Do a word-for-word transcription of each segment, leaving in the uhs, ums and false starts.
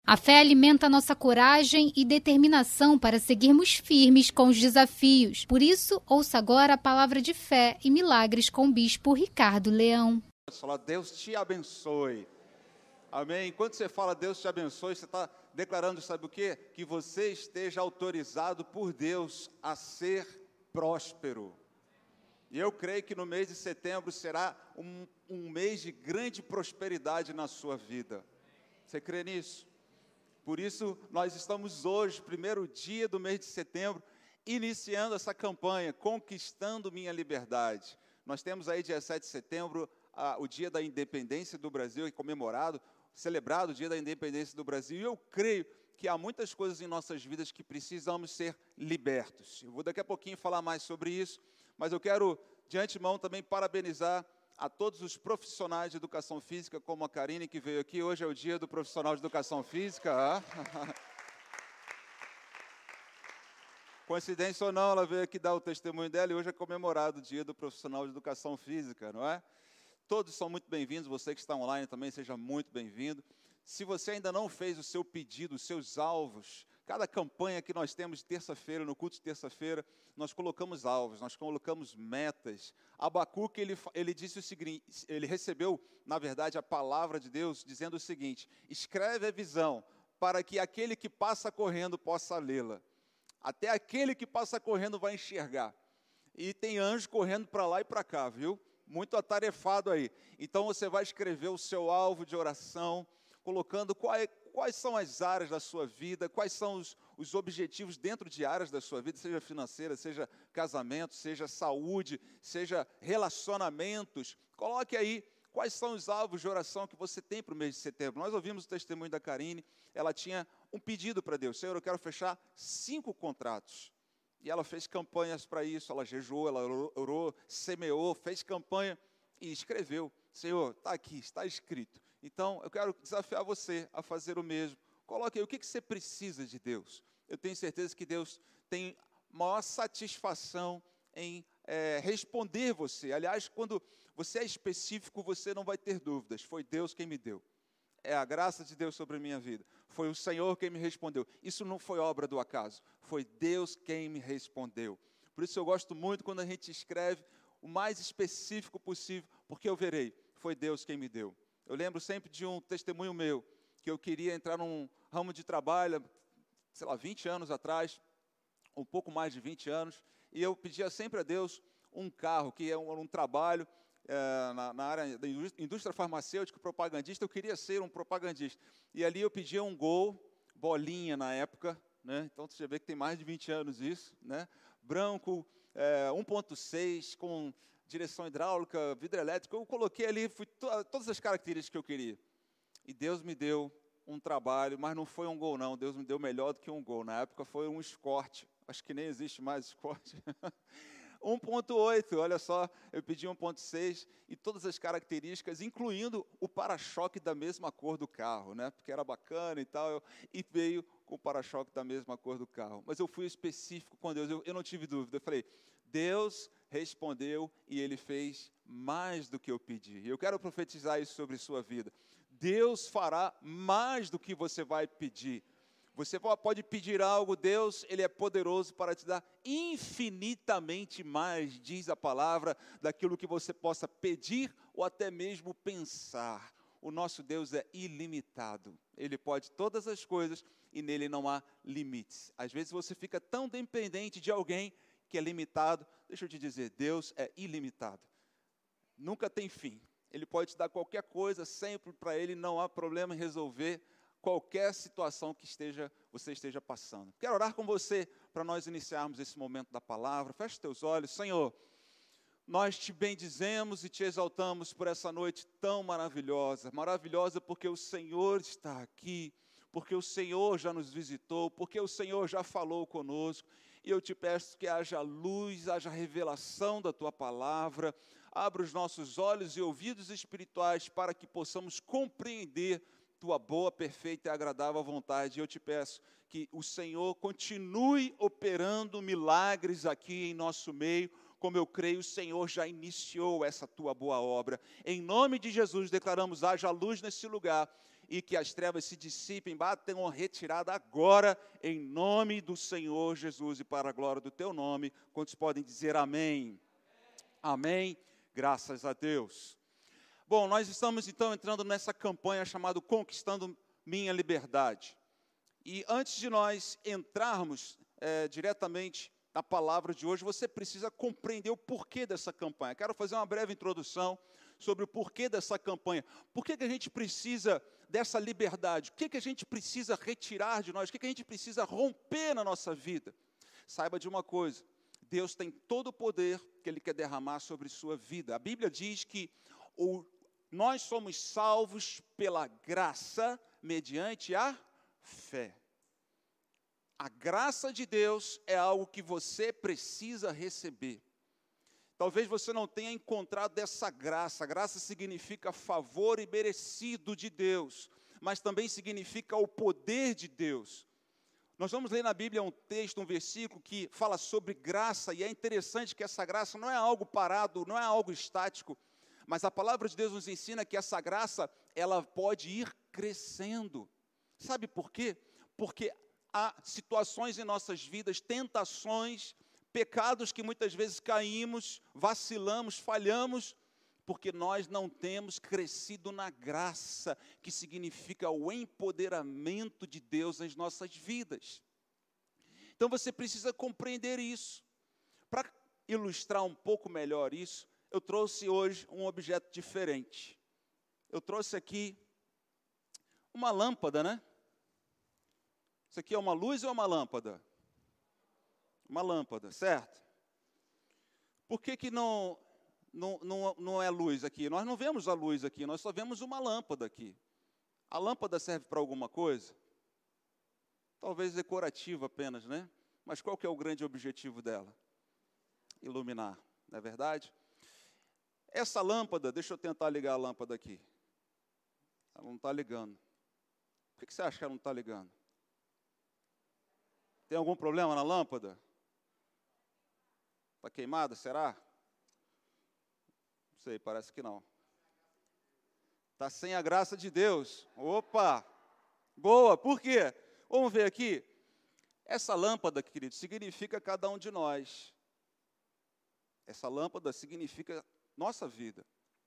A fé alimenta nossa coragem e determinação para seguirmos firmes com os desafios. Por isso, ouça agora a palavra de fé e milagres com o bispo Ricardo Leão. Deus te abençoe. Amém? Quando você fala Deus te abençoe, você está declarando, sabe o quê? Que você esteja autorizado por Deus a ser próspero. E eu creio que no mês de setembro será um, um mês de grande prosperidade na sua vida. Você crê nisso? Por isso, nós estamos hoje, primeiro dia do mês de setembro, iniciando essa campanha, Conquistando Minha Liberdade. Nós temos aí, dia sete de setembro, a, o dia da independência do Brasil, é comemorado, celebrado o dia da independência do Brasil. E eu creio que há muitas coisas em nossas vidas que precisamos ser libertos. Eu vou daqui a pouquinho falar mais sobre isso, mas eu quero, de antemão, também parabenizar a todos os profissionais de educação física, como a Karine, que veio aqui. Hoje é o dia do profissional de educação física. Ah. Coincidência ou não, ela veio aqui dar o testemunho dela e hoje é comemorado o dia do profissional de educação física, não é? Todos são muito bem-vindos, você que está online também, seja muito bem-vindo. Se você ainda não fez o seu pedido, os seus alvos, cada campanha que nós temos de terça-feira, no culto de terça-feira, nós colocamos alvos, nós colocamos metas. Abacuque, ele, ele disse o seguinte, ele recebeu, na verdade, a palavra de Deus, dizendo o seguinte: escreve a visão, para que aquele que passa correndo possa lê-la. Até aquele que passa correndo vai enxergar. E tem anjo correndo para lá e para cá, viu? Muito atarefado aí. Então você vai escrever o seu alvo de oração, colocando quais, quais são as áreas da sua vida, quais são os, os objetivos dentro de áreas da sua vida, seja financeira, seja casamento, seja saúde, seja relacionamentos. Coloque aí quais são os alvos de oração que você tem para o mês de setembro. Nós ouvimos o testemunho da Karine, ela tinha um pedido para Deus: Senhor, eu quero fechar cinco contratos. E ela fez campanhas para isso, ela jejuou, ela orou, orou, semeou, fez campanha e escreveu. Senhor, está aqui, está escrito. Então, eu quero desafiar você a fazer o mesmo. Coloque aí o que, que você precisa de Deus. Eu tenho certeza que Deus tem maior satisfação em é, responder você. Aliás, quando você é específico, você não vai ter dúvidas. Foi Deus quem me deu. É a graça de Deus sobre a minha vida. Foi o Senhor quem me respondeu. Isso não foi obra do acaso. Foi Deus quem me respondeu. Por isso eu gosto muito quando a gente escreve o mais específico possível, porque eu verei, foi Deus quem me deu. Eu lembro sempre de um testemunho meu, que eu queria entrar num ramo de trabalho, sei lá, vinte anos atrás, um pouco mais de vinte anos, e eu pedia sempre a Deus um carro, que é um, um trabalho é, na, na área da indústria farmacêutica, propagandista. Eu queria ser um propagandista. E ali eu pedia um Gol, bolinha na época, né? Então você vê que tem mais de vinte anos isso, né? Branco, é, um ponto seis, com direção hidráulica, vidro elétrico. Eu coloquei ali, fui to todas as características que eu queria. E Deus me deu um trabalho, mas não foi um Gol não, Deus me deu melhor do que um Gol. Na época foi um Escort, acho que nem existe mais Escort. um ponto oito, olha só, eu pedi um ponto seis e todas as características, incluindo o para-choque da mesma cor do carro, né? Porque era bacana e tal, eu, e veio com o para-choque da mesma cor do carro. Mas eu fui específico com Deus, eu, eu não tive dúvida, eu falei, Deus respondeu e Ele fez mais do que eu pedi. E eu quero profetizar isso sobre sua vida. Deus fará mais do que você vai pedir. Você pode pedir algo, Deus, Ele é poderoso para te dar infinitamente mais, diz a palavra, daquilo que você possa pedir ou até mesmo pensar. O nosso Deus é ilimitado. Ele pode todas as coisas e nele não há limites. Às vezes você fica tão dependente de alguém que é limitado. Deixa eu te dizer, Deus é ilimitado. Nunca tem fim. Ele pode te dar qualquer coisa, sempre para Ele não há problema em resolver qualquer situação que esteja, você esteja passando. Quero orar com você para nós iniciarmos esse momento da palavra. Feche teus olhos. Senhor, nós te bendizemos e te exaltamos por essa noite tão maravilhosa. Maravilhosa porque o Senhor está aqui, porque o Senhor já nos visitou, porque o Senhor já falou conosco. E eu te peço que haja luz, haja revelação da Tua palavra. Abra os nossos olhos e ouvidos espirituais para que possamos compreender Tua boa, perfeita e agradável vontade. E eu te peço que o Senhor continue operando milagres aqui em nosso meio, como eu creio, o Senhor já iniciou essa Tua boa obra. Em nome de Jesus, declaramos, haja luz nesse lugar. e que as trevas se dissipem, batam a retirada agora, em nome do Senhor Jesus e para a glória do teu nome. Quantos podem dizer amém? Amém. Graças a Deus. Bom, nós estamos então entrando nessa campanha chamada Conquistando Minha Liberdade. E antes de nós entrarmos é, diretamente na palavra de hoje, você precisa compreender o porquê dessa campanha. Quero fazer uma breve introdução sobre o porquê dessa campanha. Por que que a gente precisa dessa liberdade? O que que a gente precisa retirar de nós? O que que a gente precisa romper na nossa vida? Saiba de uma coisa, Deus tem todo o poder que Ele quer derramar sobre sua vida. A Bíblia diz que o, nós somos salvos pela graça mediante a fé. A graça de Deus é algo que você precisa receber. Talvez você não tenha encontrado essa graça. A graça significa favor imerecido de Deus, mas também significa o poder de Deus. Nós vamos ler na Bíblia um texto, um versículo que fala sobre graça, e é interessante que essa graça não é algo parado, não é algo estático, mas a palavra de Deus nos ensina que essa graça, ela pode ir crescendo. Sabe por quê? Porque há situações em nossas vidas, tentações, pecados que muitas vezes caímos, vacilamos, falhamos, porque nós não temos crescido na graça, que significa o empoderamento de Deus nas nossas vidas. Então você precisa compreender isso. Para ilustrar um pouco melhor isso, eu trouxe hoje um objeto diferente. Eu trouxe aqui uma lâmpada, né? Isso aqui é uma luz ou é uma lâmpada? Uma lâmpada, certo? Por que que não... Não, não, não é luz aqui, nós não vemos a luz aqui, nós só vemos uma lâmpada aqui. A lâmpada serve para alguma coisa? Talvez decorativa apenas, né? Mas qual que é o grande objetivo dela? Iluminar, não é verdade? Essa lâmpada, deixa eu tentar ligar a lâmpada aqui. Ela não está ligando. Por que que você acha que ela não está ligando? Tem algum problema na lâmpada? Está queimada, será? Não sei, parece que não. Está sem a graça de Deus. Opa! Boa, por quê? Vamos ver aqui. Essa lâmpada, querido, significa cada um de nós. Essa lâmpada significa nossa vida.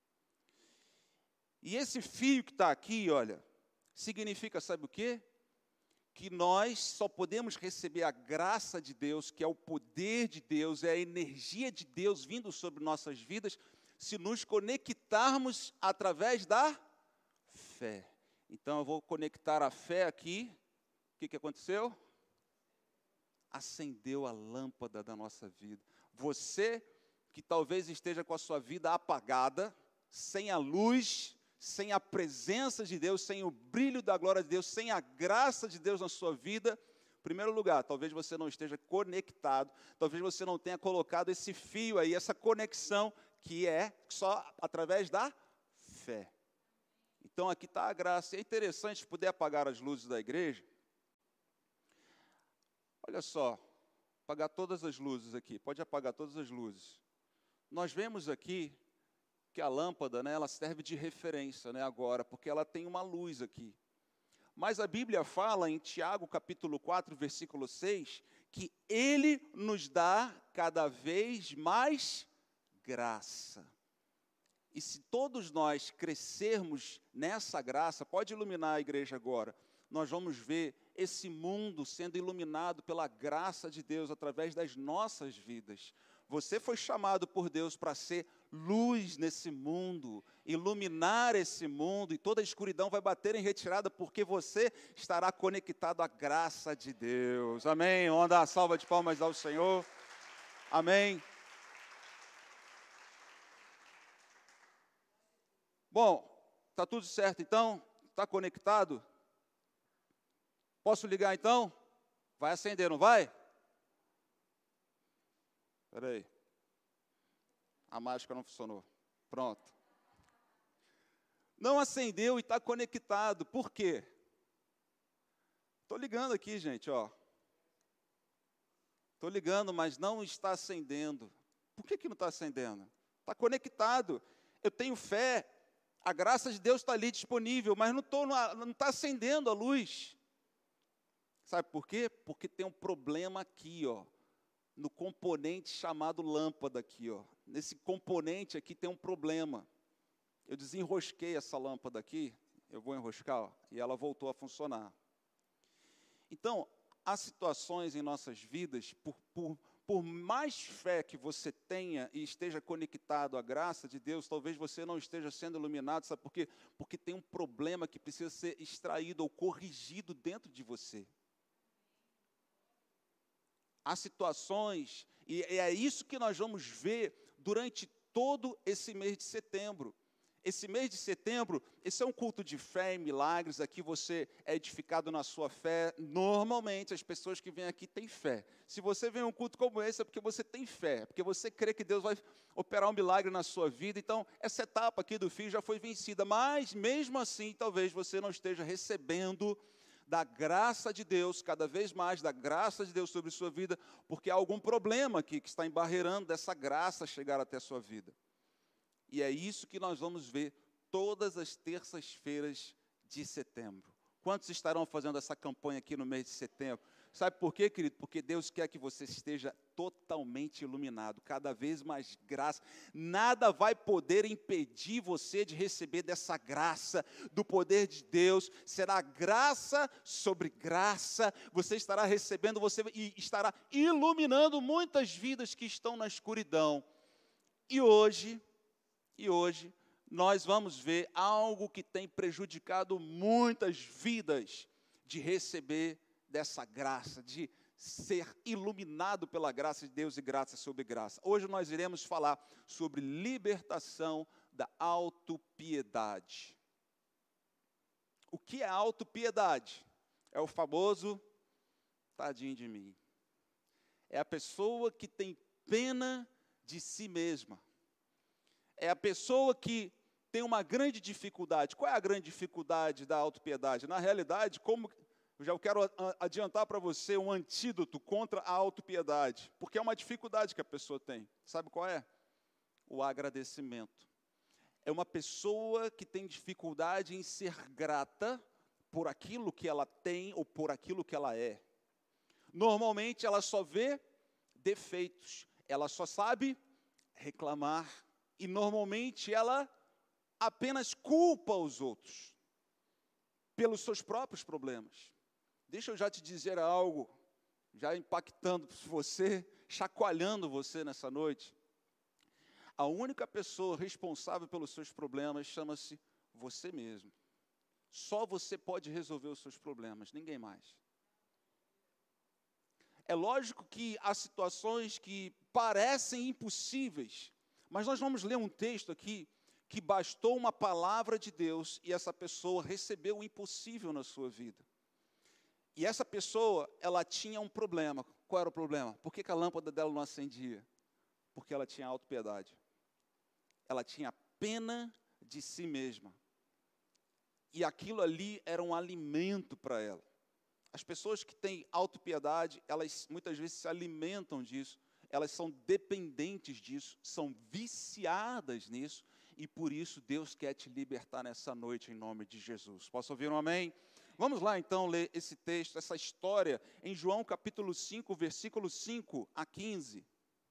E esse fio que está aqui, olha, significa, sabe o quê? Que nós só podemos receber a graça de Deus, que é o poder de Deus, é a energia de Deus vindo sobre nossas vidas, se nos conectarmos através da fé. Então, eu vou conectar a fé aqui. O que que aconteceu? Acendeu a lâmpada da nossa vida. Você que talvez esteja com a sua vida apagada, sem a luz, sem a presença de Deus, sem o brilho da glória de Deus, sem a graça de Deus na sua vida, em primeiro lugar, talvez você não esteja conectado, talvez você não tenha colocado esse fio aí, essa conexão, que é só através da fé. Então, aqui está a graça. É interessante poder apagar as luzes da igreja. Olha só, apagar todas as luzes aqui. Pode apagar todas as luzes. Nós vemos aqui que a lâmpada, né, ela serve de referência, né, agora, porque ela tem uma luz aqui. Mas a Bíblia fala em Tiago, capítulo quatro, versículo seis, que Ele nos dá cada vez mais graça. E se todos nós crescermos nessa graça, pode iluminar a igreja agora, nós vamos ver esse mundo sendo iluminado pela graça de Deus através das nossas vidas. Você foi chamado por Deus para ser luz nesse mundo, iluminar esse mundo, e toda a escuridão vai bater em retirada, porque você estará conectado à graça de Deus. Amém? Vamos dar uma salva de palmas ao Senhor. Amém. Bom, está tudo certo então? Está conectado? Posso ligar então? Vai acender, não vai? Espera aí. A mágica não funcionou. Pronto. Não acendeu e está conectado. Por quê? Estou ligando aqui, gente, ó. Estou ligando, mas não está acendendo. Por que que não está acendendo? Está conectado. Eu tenho fé A graça de Deus está ali disponível, mas não está acendendo a luz. Sabe por quê? Porque tem um problema aqui, ó, no componente chamado lâmpada aqui, ó. Nesse componente aqui tem um problema. Eu desenrosquei essa lâmpada aqui, eu vou enroscar, ó, e ela voltou a funcionar. Então, há situações em nossas vidas, por, por, por mais fé que você tenha e esteja conectado à graça de Deus, talvez você não esteja sendo iluminado, sabe por quê? Porque tem um problema que precisa ser extraído ou corrigido dentro de você. Há situações, e é isso que nós vamos ver durante todo esse mês de setembro. Esse mês de setembro, esse é um culto de fé e milagres, aqui você é edificado na sua fé. Normalmente, as pessoas que vêm aqui têm fé. Se você vem a um culto como esse, é porque você tem fé, porque você crê que Deus vai operar um milagre na sua vida. Então, essa etapa aqui do fio já foi vencida, mas, mesmo assim, talvez você não esteja recebendo da graça de Deus, cada vez mais da graça de Deus sobre sua vida, porque há algum problema aqui que está embarreirando dessa graça chegar até a sua vida. E é isso que nós vamos ver todas as terças-feiras de setembro. Quantos estarão fazendo essa campanha aqui no mês de setembro? Sabe por quê, querido? Porque Deus quer que você esteja totalmente iluminado, cada vez mais graça. Nada vai poder impedir você de receber dessa graça, do poder de Deus. Será graça sobre graça. Você estará recebendo, você e estará iluminando muitas vidas que estão na escuridão. E hoje, e hoje, nós vamos ver algo que tem prejudicado muitas vidas de receber dessa graça, de ser iluminado pela graça de Deus e graça sobre graça. Hoje nós iremos falar sobre libertação da autopiedade. O que é autopiedade? É o famoso tadinho de mim. É a pessoa que tem pena de si mesma. É a pessoa que tem uma grande dificuldade. Qual é a grande dificuldade da autopiedade? Na realidade, como eu já quero adiantar para você um antídoto contra a autopiedade, porque é uma dificuldade que a pessoa tem. Sabe qual é? O agradecimento. É uma pessoa que tem dificuldade em ser grata por aquilo que ela tem ou por aquilo que ela é. Normalmente ela só vê defeitos, ela só sabe reclamar e normalmente ela apenas culpa os outros pelos seus próprios problemas. Deixa eu já te dizer algo, já impactando você, chacoalhando você nessa noite. A única pessoa responsável pelos seus problemas chama-se você mesmo. Só você pode resolver os seus problemas, ninguém mais. É lógico que há situações que parecem impossíveis, mas nós vamos ler um texto aqui que bastou uma palavra de Deus e essa pessoa recebeu o impossível na sua vida. E essa pessoa, ela tinha um problema. Qual era o problema? Por que que a lâmpada dela não acendia? Porque ela tinha autopiedade. Ela tinha pena de si mesma. E aquilo ali era um alimento para ela. As pessoas que têm autopiedade, elas muitas vezes se alimentam disso, elas são dependentes disso, são viciadas nisso, e por isso Deus quer te libertar nessa noite em nome de Jesus. Posso ouvir um amém? Vamos lá então ler esse texto, essa história, em João capítulo cinco, versículo cinco a quinze.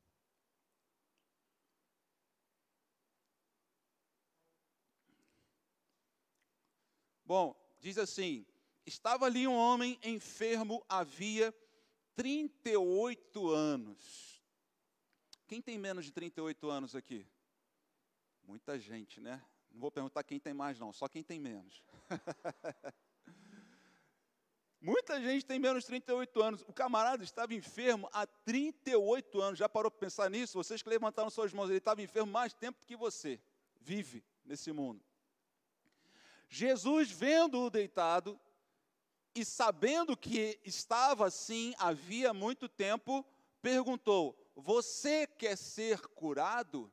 Bom, diz assim: estava ali um homem enfermo havia trinta e oito anos. Quem tem menos de trinta e oito anos aqui? Muita gente, né? Não vou perguntar quem tem mais não, só quem tem menos. Muita gente tem menos de trinta e oito anos. O camarada estava enfermo há trinta e oito anos. Já parou para pensar nisso? Vocês que levantaram suas mãos, ele estava enfermo mais tempo que você vive nesse mundo. Jesus, vendo-o deitado e sabendo que estava assim havia muito tempo, perguntou: você quer ser curado?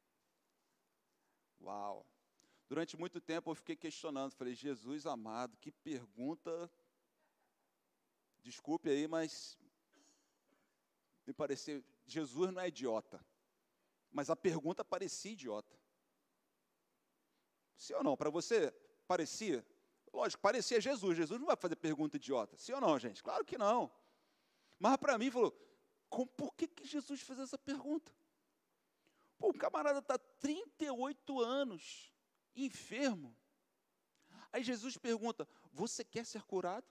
Uau! Durante muito tempo eu fiquei questionando, falei: Jesus amado, que pergunta, desculpe aí, mas me pareceu, Jesus não é idiota, mas a pergunta parecia idiota. Sim ou não? Para você, parecia? Lógico, parecia Jesus. Jesus não vai fazer pergunta idiota. Sim ou não, gente? Claro que não. Mas para mim, falou, com, por que, que Jesus fez essa pergunta? Pô, o camarada está trinta e oito anos, enfermo. Aí Jesus pergunta, você quer ser curado?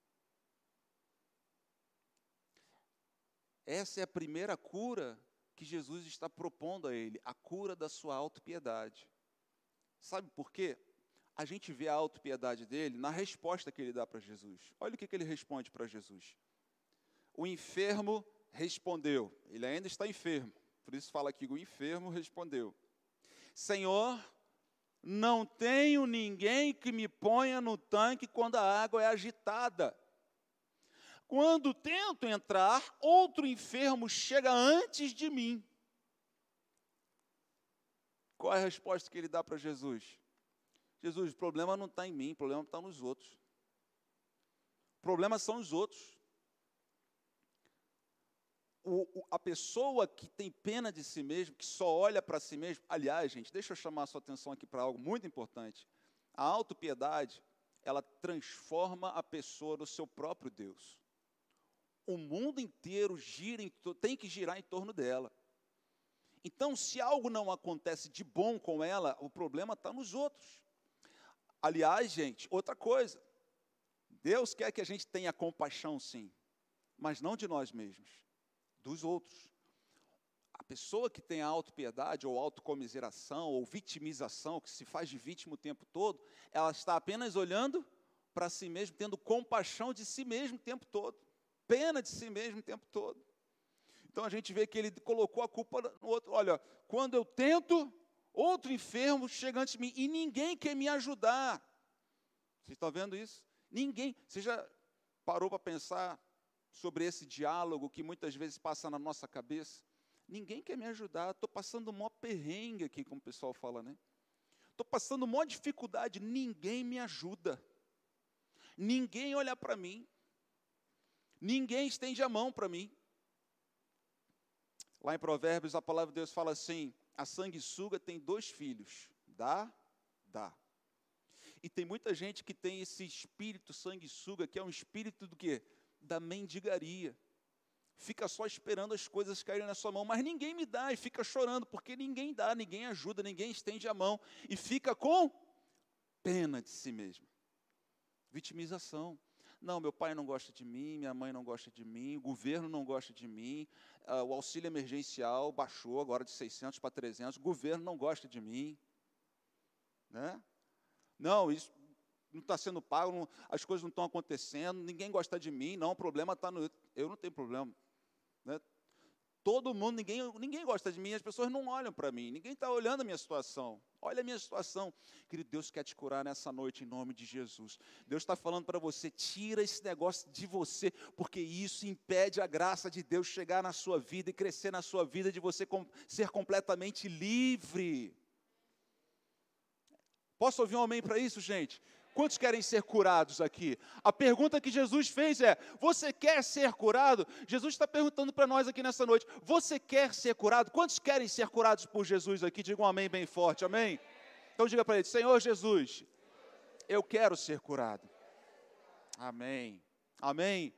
Essa é a primeira cura que Jesus está propondo a ele, a cura da sua autopiedade. Sabe por quê? A gente vê a autopiedade dele na resposta que ele dá para Jesus. Olha o que, que ele responde para Jesus. O enfermo respondeu, ele ainda está enfermo, por isso fala aqui, o enfermo respondeu, Senhor, não tenho ninguém que me ponha no tanque quando a água é agitada. Quando tento entrar, outro enfermo chega antes de mim. Qual é a resposta que ele dá para Jesus? Jesus, o problema não está em mim, o problema está nos outros. O problema são os outros. O, o, a pessoa que tem pena de si mesmo, que só olha para si mesmo, aliás, gente, deixa eu chamar a sua atenção aqui para algo muito importante. A autopiedade, ela transforma a pessoa no seu próprio Deus. O mundo inteiro gira em, tem que girar em torno dela. Então, se algo não acontece de bom com ela, o problema está nos outros. Aliás, gente, outra coisa, Deus quer que a gente tenha compaixão, sim, mas não de nós mesmos, dos outros. A pessoa que tem a autopiedade, ou autocomiseração, ou vitimização, que se faz de vítima o tempo todo, ela está apenas olhando para si mesmo, tendo compaixão de si mesmo o tempo todo, pena de si mesmo o tempo todo. Então, a gente vê que ele colocou a culpa no outro. Olha, quando eu tento, outro enfermo chega antes de mim, e ninguém quer me ajudar. Vocês estão vendo isso? Ninguém. Você já parou para pensar sobre esse diálogo que muitas vezes passa na nossa cabeça? Ninguém quer me ajudar, estou passando um maior perrengue aqui, como o pessoal fala, né? Estou passando uma maior dificuldade, ninguém me ajuda. Ninguém olha para mim. Ninguém estende a mão para mim. Lá em Provérbios, a palavra de Deus fala assim, a sanguessuga tem dois filhos, dá, dá. E tem muita gente que tem esse espírito sanguessuga, que é um espírito do quê? Da mendigaria. Fica só esperando as coisas caírem na sua mão, mas ninguém me dá, e fica chorando, porque ninguém dá, ninguém ajuda, ninguém estende a mão, e fica com pena de si mesmo. Vitimização. Não, meu pai não gosta de mim, minha mãe não gosta de mim, o governo não gosta de mim, uh, o auxílio emergencial baixou agora de seiscentos para trezentos, o governo não gosta de mim. Né? Não, isso não está sendo pago, não, as coisas não estão acontecendo, ninguém gosta de mim, não, o problema está no... Eu não tenho problema. Né? Todo mundo, ninguém, ninguém gosta de mim, as pessoas não olham para mim, ninguém está olhando a minha situação. Olha a minha situação. Querido, Deus quer te curar nessa noite, em nome de Jesus. Deus está falando para você, tira esse negócio de você, porque isso impede a graça de Deus chegar na sua vida e crescer na sua vida, de você com, ser completamente livre. Posso ouvir um amém para isso, gente? Quantos querem ser curados aqui? A pergunta que Jesus fez é, você quer ser curado? Jesus está perguntando para nós aqui nessa noite, você quer ser curado? Quantos querem ser curados por Jesus aqui? Digam um amém bem forte, amém? Então diga para ele, Senhor Jesus, eu quero ser curado. Amém, amém.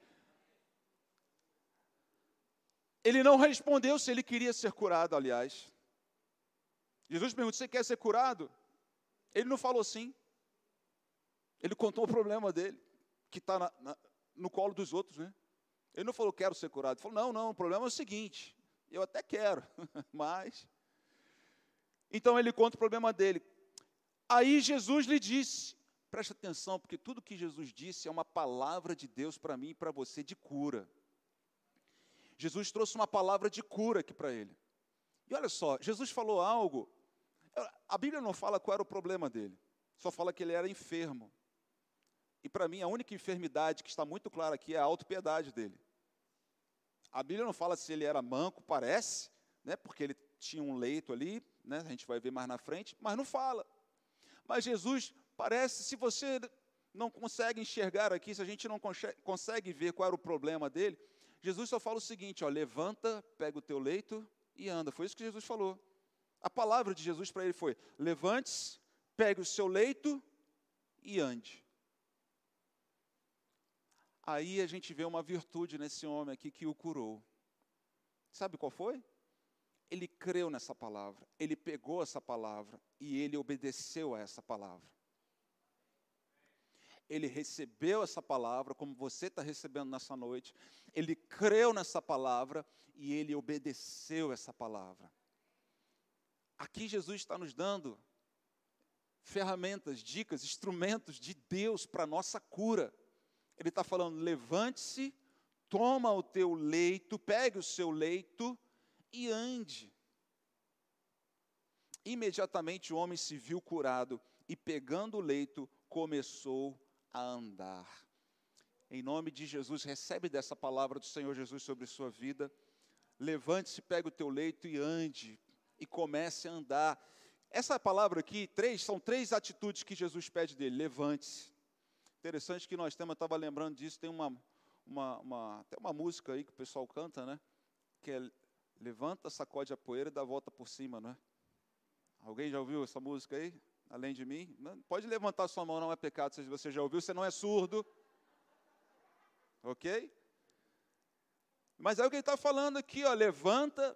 Ele não respondeu se ele queria ser curado, aliás. Jesus perguntou, você quer ser curado? Ele não falou sim. Ele contou o problema dele, que está no colo dos outros, né? Ele não falou, quero ser curado. Ele falou, não, não, o problema é o seguinte, eu até quero, mas... Então, ele conta o problema dele. Aí, Jesus lhe disse, preste atenção, porque tudo que Jesus disse é uma palavra de Deus para mim e para você de cura. Jesus trouxe uma palavra de cura aqui para ele. E olha só, Jesus falou algo, a Bíblia não fala qual era o problema dele, só fala que ele era enfermo. E para mim, a única enfermidade que está muito clara aqui é a autopiedade dele. A Bíblia não fala se ele era manco, parece, né, porque ele tinha um leito ali, né, a gente vai ver mais na frente, mas não fala. Mas Jesus parece, se você não consegue enxergar aqui, se a gente não consegue ver qual era o problema dele, Jesus só fala o seguinte, ó, levanta, pega o teu leito e anda. Foi isso que Jesus falou. A palavra de Jesus para ele foi, levante-se, pegue o seu leito e ande. Aí a gente vê uma virtude nesse homem aqui que o curou. Sabe qual foi? Ele creu nessa palavra, ele pegou essa palavra e ele obedeceu a essa palavra. Ele recebeu essa palavra, como você está recebendo nessa noite, ele creu nessa palavra e ele obedeceu essa palavra. Aqui Jesus está nos dando ferramentas, dicas, instrumentos de Deus para a nossa cura. Ele está falando, levante-se, toma o teu leito, pegue o seu leito e ande. Imediatamente o homem se viu curado e, pegando o leito, começou a andar. Em nome de Jesus, recebe dessa palavra do Senhor Jesus sobre sua vida. Levante-se, pegue o teu leito e ande, e comece a andar. Essa palavra aqui, três, são três atitudes que Jesus pede dele. Levante-se. Interessante que nós temos, eu estava lembrando disso, tem uma, uma, uma, até uma música aí que o pessoal canta, né? Que é, levanta, sacode a poeira e dá a volta por cima, não é? Alguém já ouviu essa música aí? Além de mim? Não, pode levantar sua mão, não é pecado, se você já ouviu, você não é surdo. Ok? Mas é o que ele está falando aqui, ó, levanta,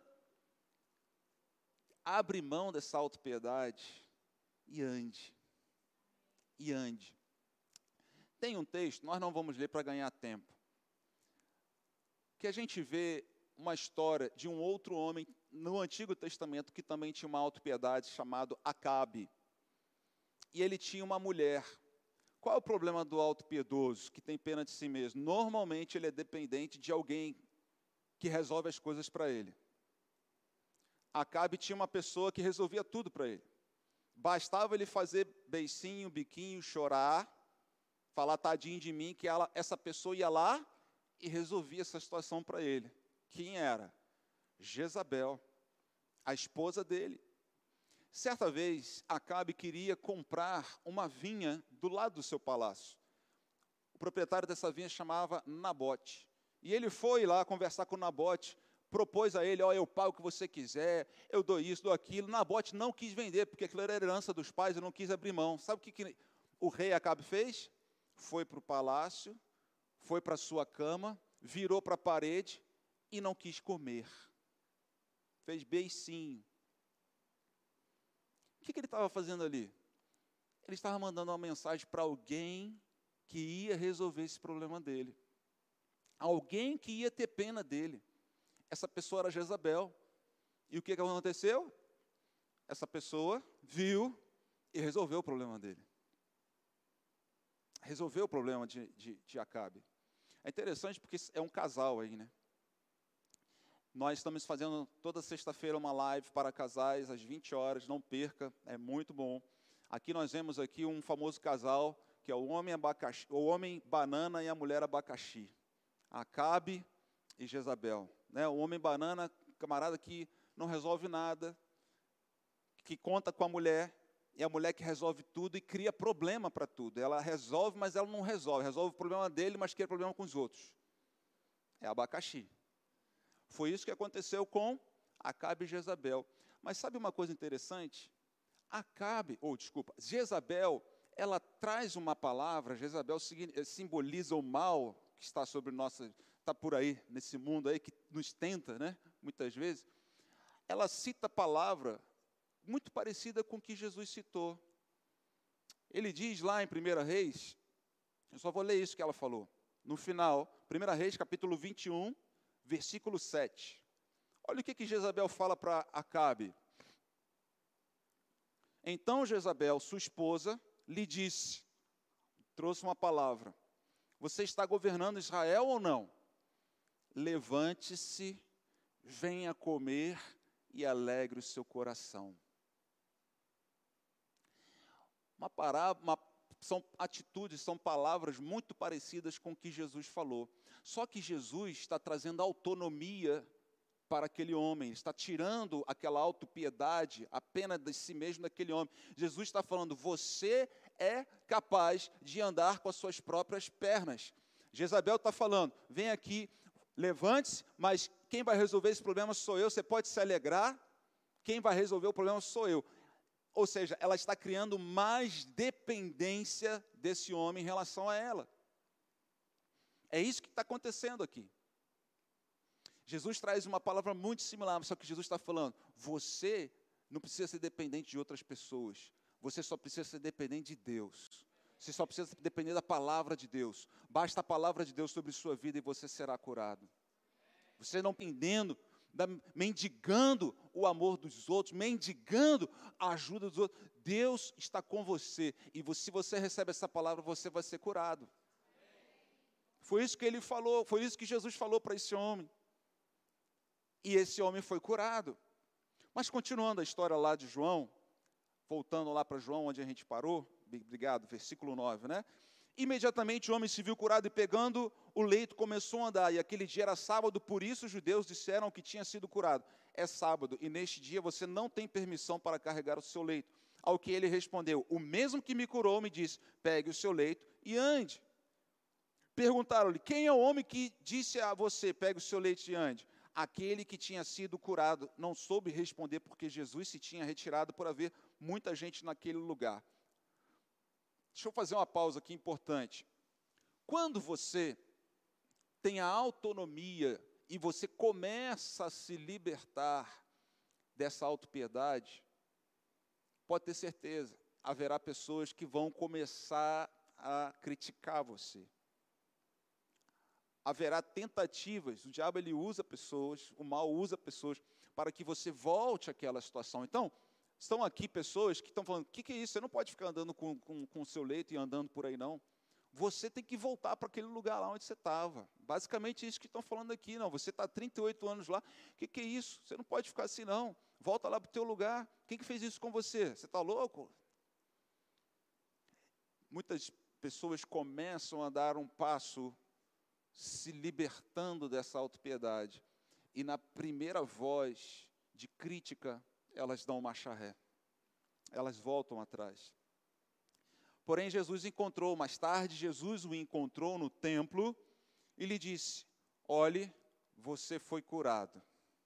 abre mão dessa autopiedade e ande. E ande. Tem um texto, nós não vamos ler para ganhar tempo, que a gente vê uma história de um outro homem no Antigo Testamento que também tinha uma autopiedade, chamado Acabe. E ele tinha uma mulher. Qual é o problema do autopiedoso, que tem pena de si mesmo? Normalmente ele é dependente de alguém que resolve as coisas para ele. Acabe tinha uma pessoa que resolvia tudo para ele. Bastava ele fazer beicinho, biquinho, chorar, falar tadinho de mim, que ela, essa pessoa ia lá e resolvia essa situação para ele. Quem era? Jezabel, a esposa dele. Certa vez, Acabe queria comprar uma vinha do lado do seu palácio. O proprietário dessa vinha chamava Nabote. E ele foi lá conversar com Nabote, propôs a ele, ó, eu pago o que você quiser, eu dou isso, dou aquilo. Nabote não quis vender, porque aquilo era herança dos pais, ele não quis abrir mão. Sabe o que, que o rei Acabe fez? Foi para o palácio, foi para a sua cama, virou para a parede e não quis comer. Fez beicinho. O que, que ele estava fazendo ali? Ele estava mandando uma mensagem para alguém que ia resolver esse problema dele. Alguém que ia ter pena dele. Essa pessoa era Jezabel. E o que, que aconteceu? Essa pessoa viu e resolveu o problema dele. Resolveu o problema de, de, de Acabe. É interessante porque é um casal aí, né? Nós estamos fazendo toda sexta-feira uma live para casais, às vinte horas, não perca, é muito bom. Aqui nós vemos aqui um famoso casal, que é o homem, abacaxi, o homem banana e a mulher abacaxi. Acabe e Jezabel. Né? O homem banana, camarada que não resolve nada, que conta com a mulher, e a mulher que resolve tudo e cria problema para tudo. Ela resolve, mas ela não resolve. Resolve o problema dele, mas cria problema com os outros. É abacaxi. Foi isso que aconteceu com Acabe e Jezabel. Mas sabe uma coisa interessante? Acabe, ou desculpa, Jezabel, ela traz uma palavra, Jezabel simboliza o mal que está sobre nossa, está por aí, nesse mundo aí, que nos tenta, né, muitas vezes. Ela cita a palavra muito parecida com o que Jesus citou. Ele diz lá em primeira Reis, eu só vou ler isso que ela falou, no final, primeira Reis, capítulo vinte e um, versículo sete. Olha o que, que Jezabel fala para Acabe. Então Jezabel, sua esposa, lhe disse, trouxe uma palavra, você está governando Israel ou não? Levante-se, venha comer e alegre o seu coração. Uma parábola, uma, são atitudes, são palavras muito parecidas com o que Jesus falou. Só que Jesus está trazendo autonomia para aquele homem, está tirando aquela autopiedade, a pena de si mesmo daquele homem. Jesus está falando, você é capaz de andar com as suas próprias pernas. Jezabel está falando, vem aqui, levante-se, mas quem vai resolver esse problema sou eu, você pode se alegrar, quem vai resolver o problema sou eu. ou seja, ela está criando mais dependência desse homem em relação a ela. É isso que está acontecendo aqui. Jesus traz uma palavra muito similar, só que Jesus está falando, você não precisa ser dependente de outras pessoas, você só precisa ser dependente de Deus. Você só precisa depender da palavra de Deus. Basta a palavra de Deus sobre sua vida e você será curado. Você não pendendo, mendigando o amor dos outros, mendigando a ajuda dos outros. Deus está com você. E se você recebe essa palavra, você vai ser curado. Foi isso que ele falou, foi isso que Jesus falou para esse homem. E esse homem foi curado. Mas continuando a história lá de João, voltando lá para João, onde a gente parou, obrigado, versículo nove, né? Imediatamente o homem se viu curado e pegando o leito começou a andar. E aquele dia era sábado, por isso os judeus disseram que tinha sido curado. É sábado e neste dia você não tem permissão para carregar o seu leito. Ao que ele respondeu, o mesmo que me curou me disse, pegue o seu leito e ande. Perguntaram-lhe, quem é o homem que disse a você, pegue o seu leito e ande? Aquele que tinha sido curado não soube responder porque Jesus se tinha retirado por haver muita gente naquele lugar. Deixa eu fazer uma pausa aqui importante. Quando você tem a autonomia e você começa a se libertar dessa autopiedade, pode ter certeza, haverá pessoas que vão começar a criticar você. Haverá tentativas, o diabo ele usa pessoas, o mal usa pessoas, para que você volte àquela situação. Então, estão aqui pessoas que estão falando, o que, que é isso? Você não pode ficar andando com, com, com o seu leito e andando por aí, não. Você tem que voltar para aquele lugar lá onde você estava. Basicamente isso que estão falando aqui, não. Você está há trinta e oito anos lá, o que, que é isso? Você não pode ficar assim, não. Volta lá para o teu lugar. Quem que fez isso com você? Você está louco? Muitas pessoas começam a dar um passo se libertando dessa autopiedade. E na primeira voz de crítica, elas dão marcha ré. Elas voltam atrás. Porém, Jesus encontrou, mais tarde, Jesus o encontrou no templo e lhe disse, olhe, você foi curado.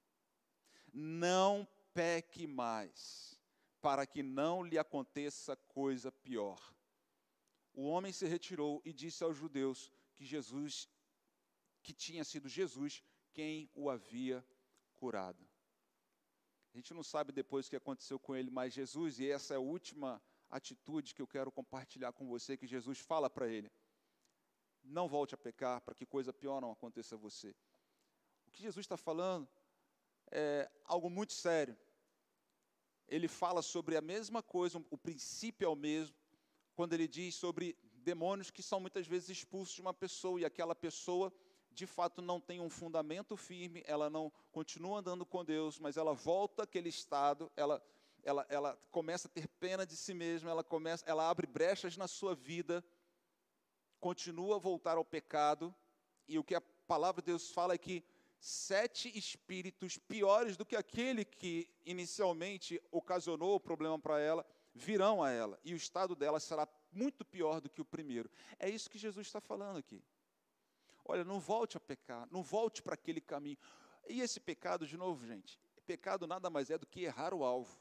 Não peque mais, para que não lhe aconteça coisa pior. O homem se retirou e disse aos judeus que Jesus que tinha sido Jesus quem o havia curado. A gente não sabe depois o que aconteceu com ele, mas Jesus, e essa é a última atitude que eu quero compartilhar com você, que Jesus fala para ele, não volte a pecar, para que coisa pior não aconteça a você. O que Jesus está falando é algo muito sério. Ele fala sobre a mesma coisa, o princípio é o mesmo, quando ele diz sobre demônios que são muitas vezes expulsos de uma pessoa, e aquela pessoa de fato não tem um fundamento firme, ela não continua andando com Deus, mas ela volta àquele estado, ela, ela, ela começa a ter pena de si mesma, ela, começa, ela abre brechas na sua vida, continua a voltar ao pecado, e o que a palavra de Deus fala é que sete espíritos piores do que aquele que inicialmente ocasionou o problema para ela, virão a ela, e o estado dela será muito pior do que o primeiro. É isso que Jesus está falando aqui. Olha, não volte a pecar, não volte para aquele caminho. E esse pecado, de novo, gente, pecado nada mais é do que errar o alvo.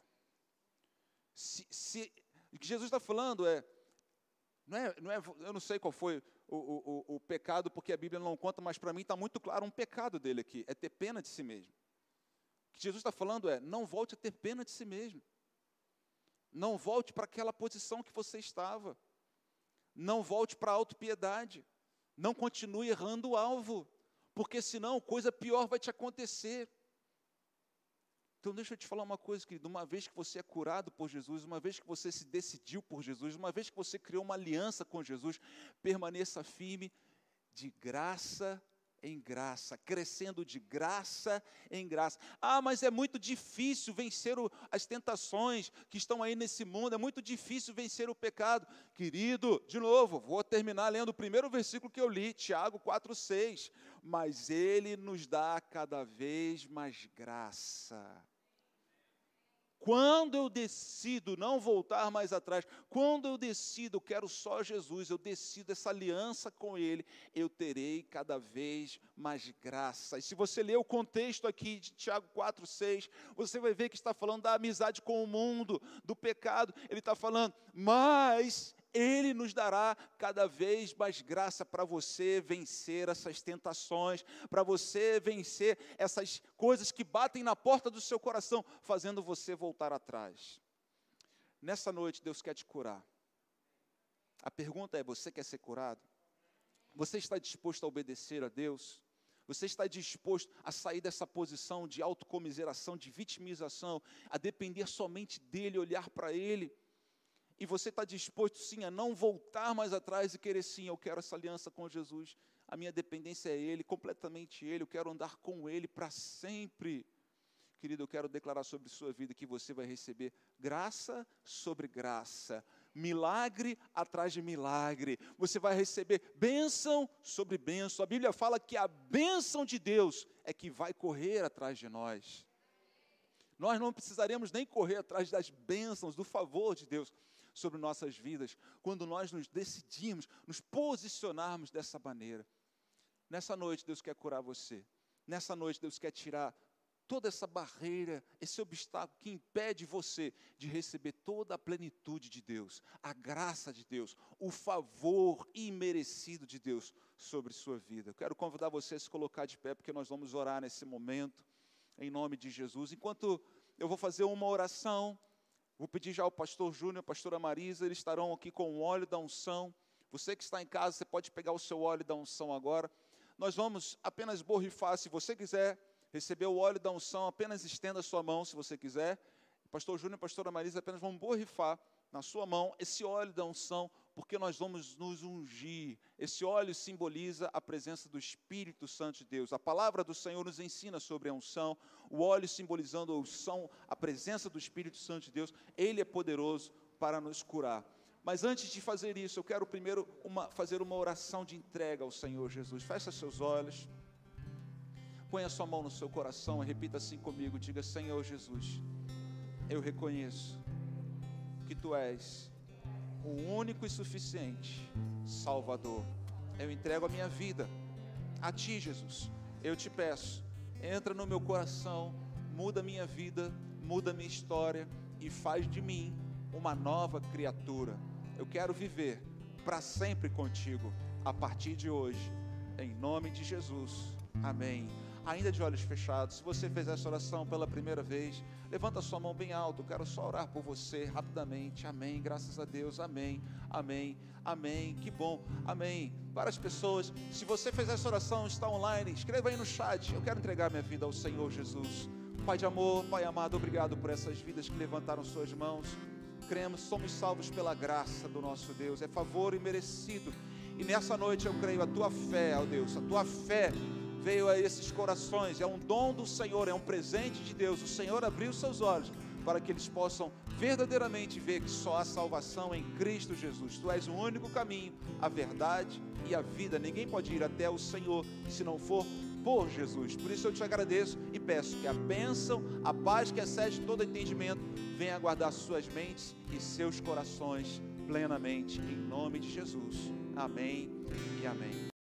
Se, se, o que Jesus está falando é, não é, não é, eu não sei qual foi o, o, o pecado, porque a Bíblia não conta, mas para mim está muito claro um pecado dele aqui, é ter pena de si mesmo. O que Jesus está falando é, não volte a ter pena de si mesmo. Não volte para aquela posição que você estava. Não volte para a autopiedade. Não continue errando o alvo, porque senão coisa pior vai te acontecer. Então deixa eu te falar uma coisa, querido, uma vez que você é curado por Jesus, uma vez que você se decidiu por Jesus, uma vez que você criou uma aliança com Jesus, permaneça firme de graça em graça, crescendo de graça em graça. Ah, mas é muito difícil vencer o, as tentações que estão aí nesse mundo, é muito difícil vencer o pecado. Querido, de novo, vou terminar lendo o primeiro versículo que eu li, Tiago quatro, seis. Mas Ele nos dá cada vez mais graça. Quando eu decido não voltar mais atrás, quando eu decido, eu quero só Jesus, eu decido essa aliança com Ele, eu terei cada vez mais graça. E se você ler o contexto aqui de Tiago quatro, seis, você vai ver que está falando da amizade com o mundo, do pecado. Ele está falando, mas Ele nos dará cada vez mais graça para você vencer essas tentações, para você vencer essas coisas que batem na porta do seu coração, fazendo você voltar atrás. Nessa noite, Deus quer te curar. A pergunta é, você quer ser curado? Você está disposto a obedecer a Deus? Você está disposto a sair dessa posição de autocomiseração, de vitimização, a depender somente dEle, olhar para Ele? E você está disposto, sim, a não voltar mais atrás e querer, sim, eu quero essa aliança com Jesus. A minha dependência é Ele, completamente Ele. Eu quero andar com Ele para sempre. Querido, eu quero declarar sobre sua vida que você vai receber graça sobre graça. Milagre atrás de milagre. Você vai receber bênção sobre bênção. A Bíblia fala que a bênção de Deus é que vai correr atrás de nós. Nós não precisaremos nem correr atrás das bênçãos, do favor de Deus sobre nossas vidas, quando nós nos decidimos, nos posicionarmos dessa maneira. Nessa noite, Deus quer curar você. Nessa noite, Deus quer tirar toda essa barreira, esse obstáculo que impede você de receber toda a plenitude de Deus, a graça de Deus, o favor imerecido de Deus sobre sua vida. Eu quero convidar você a se colocar de pé, porque nós vamos orar nesse momento, em nome de Jesus. Enquanto eu vou fazer uma oração, vou pedir já ao pastor Júnior, a pastora Marisa, eles estarão aqui com o óleo da unção. Você que está em casa, você pode pegar o seu óleo da unção agora. Nós vamos apenas borrifar, se você quiser receber o óleo da unção, apenas estenda a sua mão, se você quiser. Pastor Júnior e a pastora Marisa apenas vão borrifar na sua mão esse óleo da unção, porque nós vamos nos ungir. Esse óleo simboliza a presença do Espírito Santo de Deus. A palavra do Senhor nos ensina sobre a unção, o óleo simbolizando a unção, a presença do Espírito Santo de Deus. Ele é poderoso para nos curar. Mas antes de fazer isso, eu quero primeiro uma, fazer uma oração de entrega ao Senhor Jesus. Feche seus olhos, põe a sua mão no seu coração e repita assim comigo, diga: Senhor Jesus, eu reconheço que Tu és o único e suficiente Salvador. Eu entrego a minha vida a Ti, Jesus. Eu te peço, entra no meu coração, muda minha vida, muda minha história e faz de mim uma nova criatura. Eu quero viver para sempre contigo, a partir de hoje, em nome de Jesus, amém. Ainda de olhos fechados, se você fez essa oração pela primeira vez, levanta a sua mão bem alto, eu quero só orar por você rapidamente, amém, graças a Deus, amém, amém, amém, que bom, amém. Várias pessoas, se você fez essa oração, está online, escreva aí no chat, eu quero entregar minha vida ao Senhor Jesus. Pai de amor, Pai amado, obrigado por essas vidas que levantaram suas mãos. Cremos, somos salvos pela graça do nosso Deus, é favor imerecido, e nessa noite eu creio, a Tua fé, ó Deus, a Tua fé veio a esses corações, é um dom do Senhor, é um presente de Deus. O Senhor abriu seus olhos para que eles possam verdadeiramente ver que só há salvação em Cristo Jesus. Tu és o único caminho, a verdade e a vida. Ninguém pode ir até o Senhor se não for por Jesus. Por isso eu te agradeço e peço que a bênção, a paz que excede todo entendimento, venha guardar suas mentes e seus corações plenamente, em nome de Jesus. Amém e amém.